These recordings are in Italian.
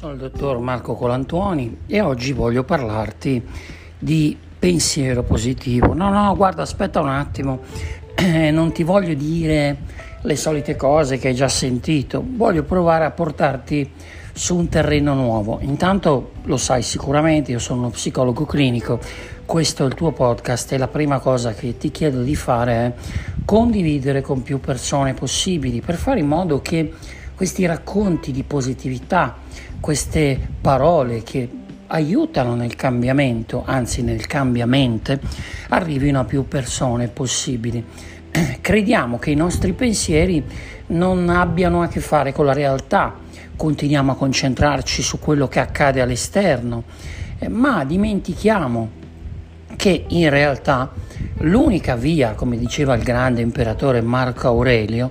Sono il dottor Marco Colantuoni e oggi voglio parlarti di pensiero positivo. No, guarda, aspetta un attimo, non ti voglio dire le solite cose che hai già sentito, voglio provare a portarti su un terreno nuovo. Intanto lo sai sicuramente, io sono uno psicologo clinico, questo è il tuo podcast e la prima cosa che ti chiedo di fare è condividere con più persone possibili per fare in modo che questi racconti di positività, queste parole che aiutano nel cambiamento, anzi nel cambiamente, arrivino a più persone possibili. Crediamo che i nostri pensieri non abbiano a che fare con la realtà, continuiamo a concentrarci su quello che accade all'esterno, ma dimentichiamo che in realtà l'unica via, come diceva il grande imperatore Marco Aurelio,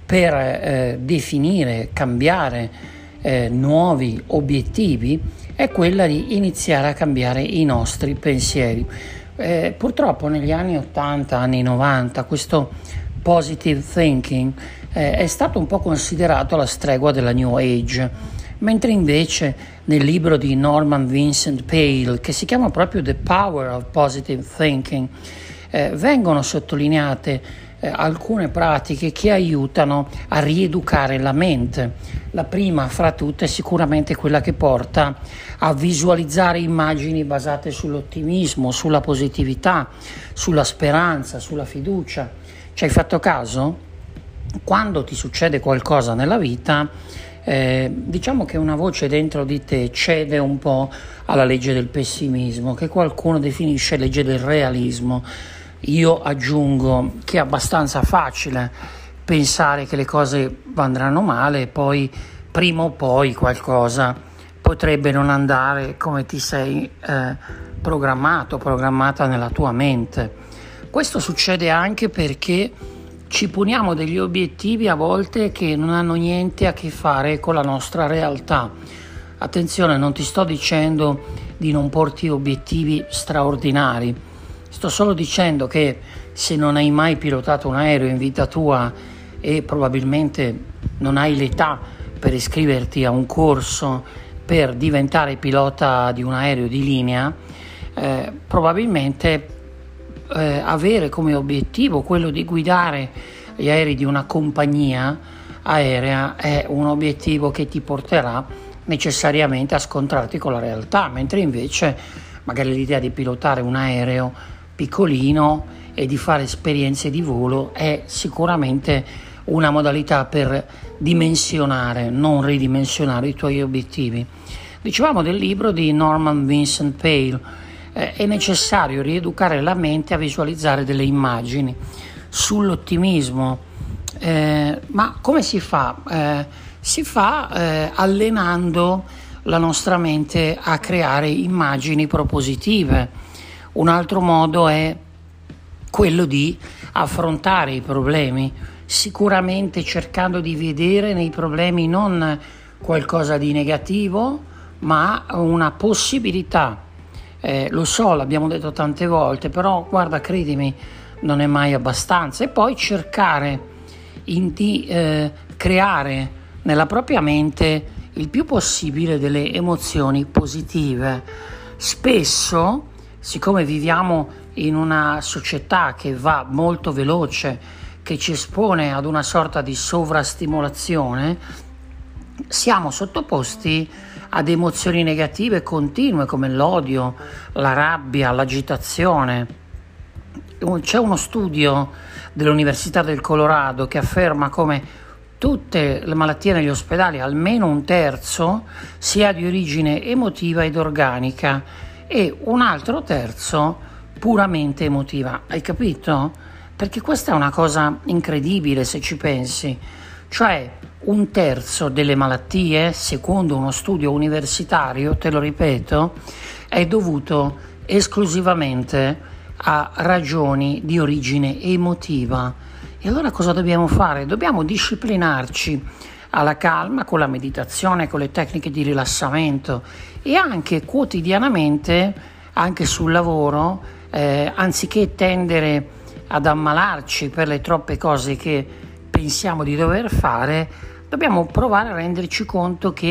per definire, cambiare nuovi obiettivi è quella di iniziare a cambiare i nostri pensieri. Purtroppo negli anni 80, anni 90, questo positive thinking è stato un po' considerato la stregua della New Age, mentre invece nel libro di Norman Vincent Peale, che si chiama proprio The Power of Positive Thinking, vengono sottolineate alcune pratiche che aiutano a rieducare la mente. La prima fra tutte è sicuramente quella che porta a visualizzare immagini basate sull'ottimismo, sulla positività, sulla speranza, sulla fiducia. Ci hai fatto caso? Quando ti succede qualcosa nella vita, diciamo che una voce dentro di te cede un po' alla legge del pessimismo, che qualcuno definisce legge del realismo. Io aggiungo che è abbastanza facile pensare che le cose andranno male e poi prima o poi qualcosa potrebbe non andare come ti sei programmata nella tua mente. Questo succede anche perché ci poniamo degli obiettivi a volte che non hanno niente a che fare con la nostra realtà. Attenzione, non ti sto dicendo di non porti obiettivi straordinari, sto solo dicendo che se non hai mai pilotato un aereo in vita tua e probabilmente non hai l'età per iscriverti a un corso per diventare pilota di un aereo di linea, probabilmente avere come obiettivo quello di guidare gli aerei di una compagnia aerea è un obiettivo che ti porterà necessariamente a scontrarti con la realtà, mentre invece magari l'idea di pilotare un aereo piccolino e di fare esperienze di volo è sicuramente una modalità per dimensionare, non ridimensionare i tuoi obiettivi. Dicevamo del libro di Norman Vincent Peale, è necessario rieducare la mente a visualizzare delle immagini sull'ottimismo, ma come si fa? Si fa allenando la nostra mente a creare immagini propositive. Un altro modo è quello di affrontare i problemi, sicuramente cercando di vedere nei problemi non qualcosa di negativo, ma una possibilità. Lo so, l'abbiamo detto tante volte, però guarda, credimi, non è mai abbastanza. E poi cercare di creare nella propria mente il più possibile delle emozioni positive. Spesso, siccome viviamo in una società che va molto veloce, che ci espone ad una sorta di sovrastimolazione, siamo sottoposti ad emozioni negative continue come l'odio, la rabbia, l'agitazione. C'è uno studio dell'Università del Colorado che afferma come tutte le malattie negli ospedali, almeno un terzo, sia di origine emotiva ed organica e un altro terzo puramente emotiva. Hai capito? Perché questa è una cosa incredibile se ci pensi. Cioè un terzo delle malattie, secondo uno studio universitario, te lo ripeto, è dovuto esclusivamente a ragioni di origine emotiva. E allora cosa dobbiamo fare? Dobbiamo disciplinarci alla calma con la meditazione, con le tecniche di rilassamento e anche quotidianamente, anche sul lavoro, anziché tendere ad ammalarci per le troppe cose che pensiamo di dover fare, dobbiamo provare a renderci conto che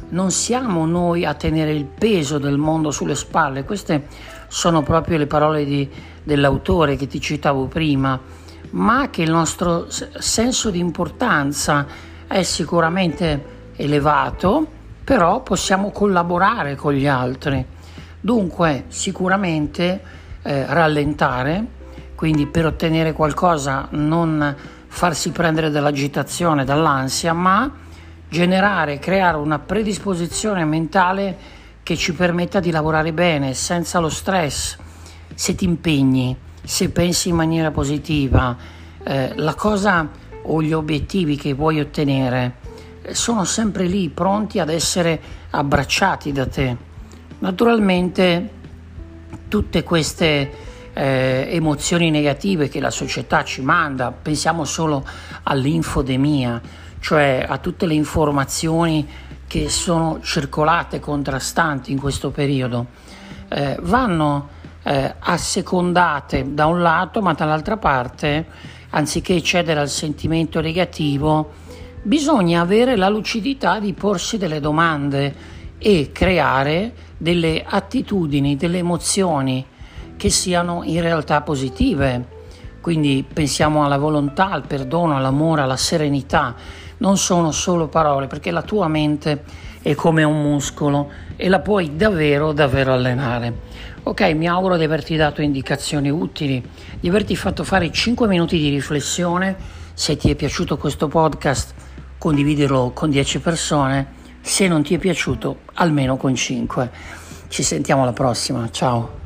non siamo noi a tenere il peso del mondo sulle spalle. Queste sono proprio le parole dell'autore che ti citavo prima, ma che il nostro senso di importanza è sicuramente elevato, però possiamo collaborare con gli altri. Dunque sicuramente rallentare, quindi per ottenere qualcosa non farsi prendere dall'agitazione, dall'ansia, ma creare una predisposizione mentale che ci permetta di lavorare bene, senza lo stress. Se ti impegni, se pensi in maniera positiva, la cosa o gli obiettivi che vuoi ottenere sono sempre lì, pronti ad essere abbracciati da te. Naturalmente tutte queste emozioni negative che la società ci manda, pensiamo solo all'infodemia, cioè a tutte le informazioni che sono circolate contrastanti in questo periodo, vanno assecondate da un lato, ma dall'altra parte, anziché cedere al sentimento negativo, bisogna avere la lucidità di porsi delle domande e creare delle attitudini, delle emozioni che siano in realtà positive. Quindi pensiamo alla volontà, al perdono, all'amore, alla serenità. Non sono solo parole, perché la tua mente è come un muscolo e la puoi davvero allenare. Ok, mi auguro di averti dato indicazioni utili, di averti fatto fare 5 minuti di riflessione. Se ti è piaciuto questo podcast, condividilo con 10 persone. Se non ti è piaciuto, almeno con 5. Ci sentiamo alla prossima, ciao.